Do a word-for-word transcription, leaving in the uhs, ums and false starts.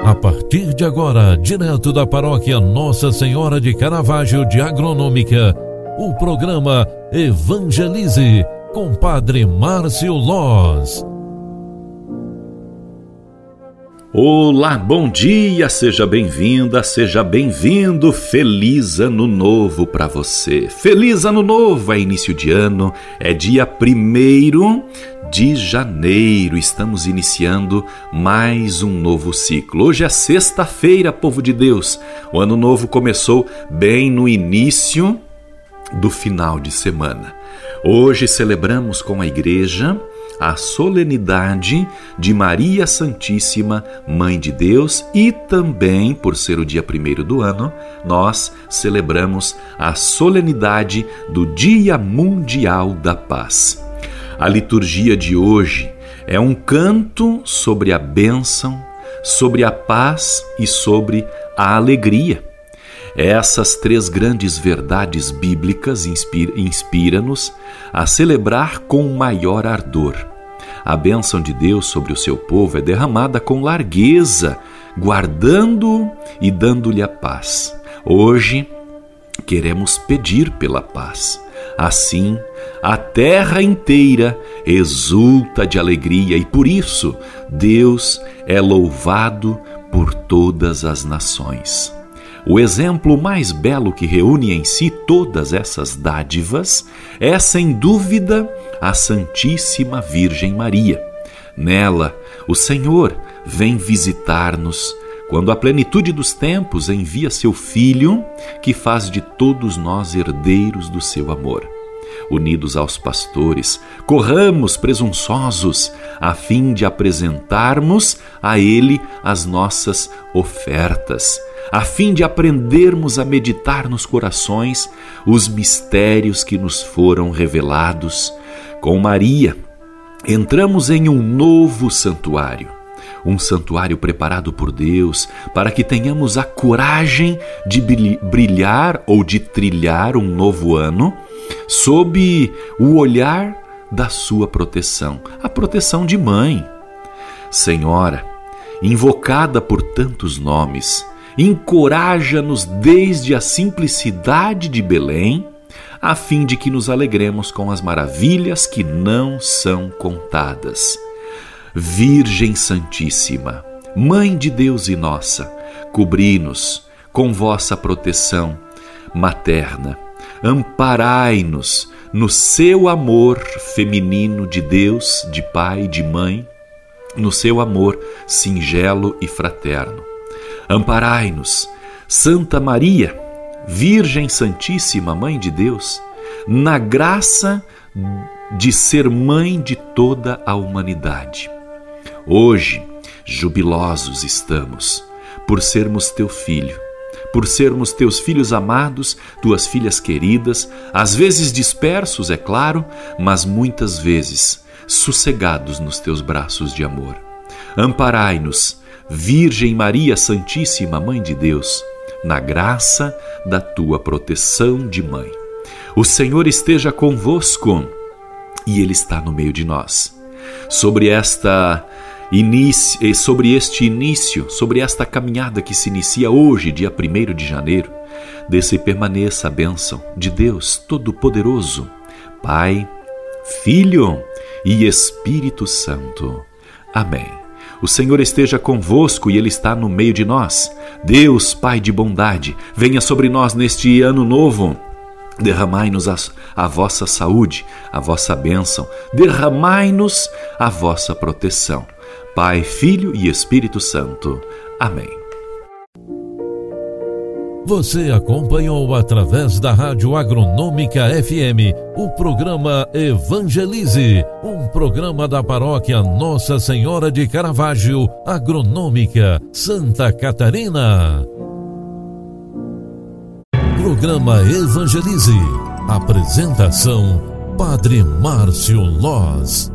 A partir de agora, direto da paróquia Nossa Senhora de Caravaggio de Agronômica, o programa Evangelize com Padre Márcio Loz. Olá, bom dia, seja bem-vinda, seja bem-vindo, feliz ano novo para você. Feliz ano novo, é início de ano, é dia primeiro de janeiro, estamos iniciando mais um novo ciclo. Hoje é sexta-feira, povo de Deus, o ano novo começou bem no início do final de semana. Hoje celebramos com a igreja a solenidade de Maria Santíssima, Mãe de Deus, e também, por ser o dia primeiro do ano, nós celebramos a solenidade do Dia Mundial da Paz. A liturgia de hoje é um canto sobre a bênção, sobre a paz e sobre a alegria. Essas três grandes verdades bíblicas inspiram-nos a celebrar com maior ardor. A bênção de Deus sobre o seu povo é derramada com largueza, guardando e dando-lhe a paz. Hoje, queremos pedir pela paz. Assim, a terra inteira exulta de alegria e por isso Deus é louvado por todas as nações. O exemplo mais belo que reúne em si todas essas dádivas é, sem dúvida, a Santíssima Virgem Maria. Nela, o Senhor vem visitar-nos quando a plenitude dos tempos envia seu Filho, que faz de todos nós herdeiros do seu amor. Unidos aos pastores, corramos presunçosos a fim de apresentarmos a Ele as nossas ofertas, a fim de aprendermos a meditar nos corações os mistérios que nos foram revelados. Com Maria, entramos em um novo santuário, um santuário preparado por Deus para que tenhamos a coragem de brilhar ou de trilhar um novo ano sob o olhar da sua proteção, a proteção de mãe. Senhora, invocada por tantos nomes, encoraja-nos desde a simplicidade de Belém, a fim de que nos alegremos com as maravilhas que não são contadas. Virgem Santíssima, Mãe de Deus e nossa, cobri-nos com vossa proteção materna, amparai-nos no seu amor feminino de Deus, de Pai, de Mãe, no seu amor singelo e fraterno. Amparai-nos, Santa Maria, Virgem Santíssima, Mãe de Deus, na graça de ser mãe de toda a humanidade. Hoje, jubilosos estamos por sermos teu filho, por sermos teus filhos amados, tuas filhas queridas, às vezes dispersos, é claro, mas muitas vezes sossegados nos teus braços de amor. Amparai-nos, Virgem Maria Santíssima, Mãe de Deus, na graça da tua proteção de mãe. O Senhor esteja convosco e Ele está no meio de nós. Sobre esta Inicie, sobre este início, sobre esta caminhada que se inicia hoje, dia primeiro de janeiro, desça e permaneça a bênção de Deus Todo-Poderoso, Pai, Filho e Espírito Santo. Amém. O Senhor esteja convosco e Ele está no meio de nós. Deus, Pai de bondade, venha sobre nós neste ano novo. Derramai-nos a, a vossa saúde, a vossa bênção. Derramai-nos a vossa proteção. Pai, Filho e Espírito Santo. Amém. Você acompanhou através da Rádio Agronômica F M o programa Evangelize, um programa da paróquia Nossa Senhora de Caravaggio, Agronômica, Santa Catarina. Programa Evangelize. Apresentação: Padre Márcio Loz.